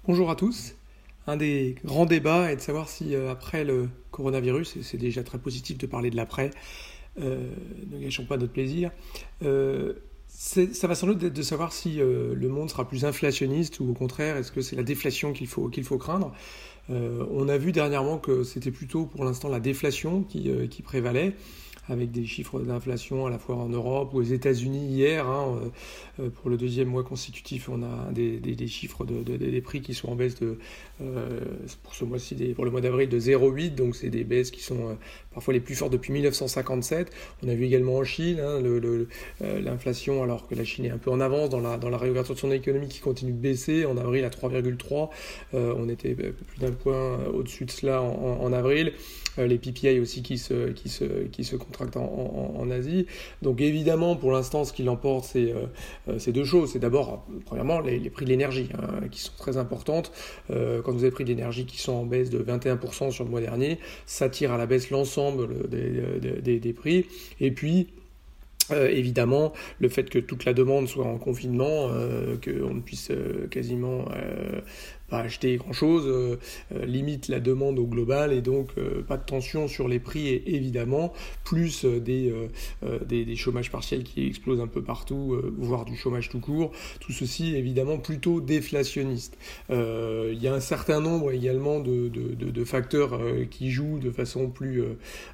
Bonjour à tous. Un des grands débats est de savoir si après le coronavirus, et c'est déjà très positif de parler de l'après, ne gâchons pas notre plaisir, ça va sans doute être de savoir si le monde sera plus inflationniste ou au contraire, est-ce que c'est la déflation qu'il faut craindre. On a vu dernièrement que c'était plutôt pour l'instant la déflation qui prévalait, avec des chiffres d'inflation à la fois en Europe ou aux États-Unis hier. Pour le deuxième mois consécutif, on a des chiffres des prix qui sont en baisse pour ce mois-ci, pour le mois d'avril, de 0,8. Donc c'est des baisses qui sont parfois les plus fortes depuis 1957. On a vu également en Chine l'inflation, alors que la Chine est un peu en avance dans la réouverture de son économie, qui continue de baisser. En avril à 3,3. On était plus d'un point au-dessus de cela en avril. Les PPI aussi qui se contractent en Asie. Donc évidemment, pour l'instant, ce qui l'emporte, c'est deux choses. C'est d'abord, premièrement, les prix de l'énergie, qui sont très importantes. Quand vous avez pris de l'énergie qui sont en baisse de 21% sur le mois dernier, ça tire à la baisse l'ensemble des prix. Et puis, évidemment, le fait que toute la demande soit en confinement, qu'on ne puisse quasiment pas acheter grand-chose, limite la demande au global, et donc pas de tension sur les prix, et évidemment, plus des chômages partiels qui explosent un peu partout, voire du chômage tout court. Tout ceci, évidemment, plutôt déflationniste. Il y a un certain nombre également de facteurs qui jouent de façon plus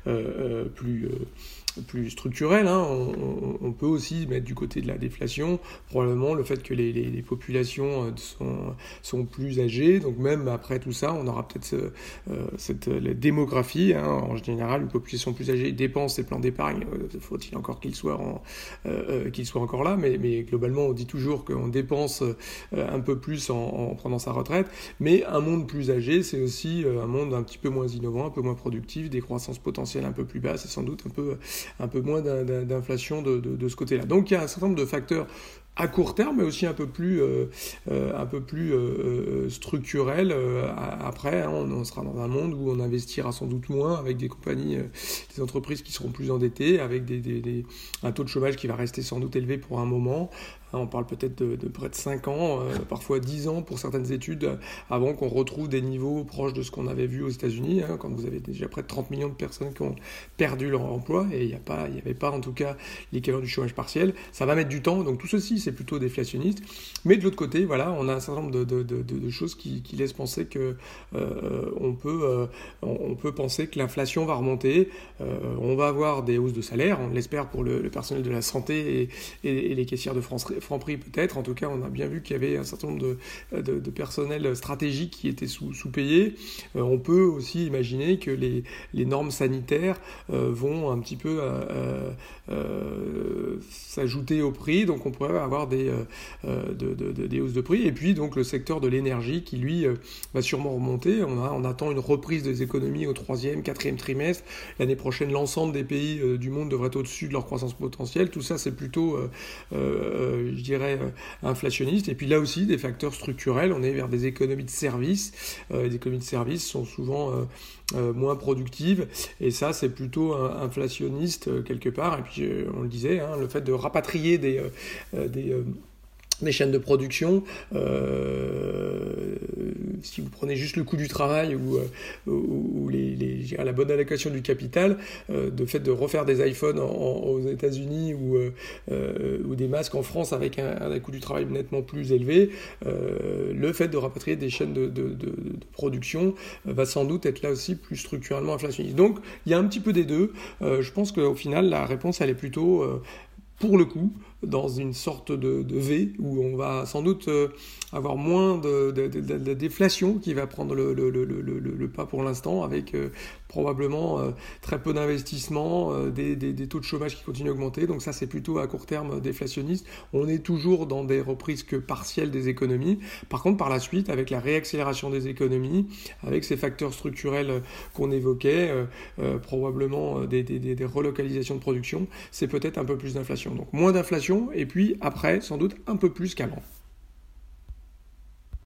structurelle. On peut aussi mettre du côté de la déflation probablement le fait que les populations sont plus âgées, donc même après tout ça, on aura peut-être la démographie. En général, une population plus âgée dépense ses plans d'épargne. Faut-il encore qu'il soit encore là, mais globalement, on dit toujours qu'on dépense un peu plus en prenant sa retraite. Mais un monde plus âgé, c'est aussi un monde un petit peu moins innovant, un peu moins productif, des croissances potentielles un peu plus basses, et sans doute un peu moins d'inflation de ce côté-là. Donc il y a un certain nombre de facteurs à court terme, mais aussi un peu plus structurel. Après, on sera dans un monde où on investira sans doute moins, avec des compagnies, des entreprises qui seront plus endettées, avec un taux de chômage qui va rester sans doute élevé pour un moment. On parle peut-être de près de 5 ans, parfois 10 ans pour certaines études, avant qu'on retrouve des niveaux proches de ce qu'on avait vu aux États-Unis, quand vous avez déjà près de 30 millions de personnes qui ont perdu leur emploi, et il n'y avait pas en tout cas l'équivalent du chômage partiel. Ça va mettre du temps, donc tout ceci c'est plutôt déflationniste. Mais de l'autre côté, voilà, on a un certain nombre de choses qui laissent penser que on peut penser que l'inflation va remonter. On va avoir des hausses de salaire, on l'espère pour le personnel de la santé et les caissières de Franprix peut-être. En tout cas, on a bien vu qu'il y avait un certain nombre de personnel stratégique qui étaient sous-payés. On peut aussi imaginer que les normes sanitaires vont un petit peu s'ajouter au prix, donc on pourrait avoir des hausses de prix. Et puis donc le secteur de l'énergie qui lui va sûrement remonter. On attend une reprise des économies au 3e, 4e trimestre. L'année prochaine, l'ensemble des pays du monde devrait être au-dessus de leur croissance potentielle. Tout ça, c'est plutôt je dirais inflationniste. Et puis là aussi, des facteurs structurels. On est vers des économies de services. Les économies de services sont souvent moins productives, et ça, c'est plutôt inflationniste quelque part. Et puis, on le disait, le fait de rapatrier des chaînes de production, si vous prenez juste le coût du travail ou la bonne allocation du capital, de fait de refaire des iPhones aux États-Unis ou des masques en France avec un coût du travail nettement plus élevé, le fait de rapatrier des chaînes de production va sans doute être là aussi plus structurellement inflationniste. Donc il y a un petit peu des deux. Je pense qu'au final, la réponse, elle est plutôt pour le coup dans une sorte de V, où on va sans doute avoir moins de déflation qui va prendre le pas pour l'instant, avec probablement très peu d'investissement, des taux de chômage qui continuent à augmenter. Donc ça, c'est plutôt à court terme déflationniste. On est toujours dans des reprises que partielles des économies. Par contre, par la suite, avec la réaccélération des économies, avec ces facteurs structurels qu'on évoquait, probablement des relocalisations de production, c'est peut-être un peu plus d'inflation. Donc moins d'inflation, et puis après, sans doute un peu plus qu'avant.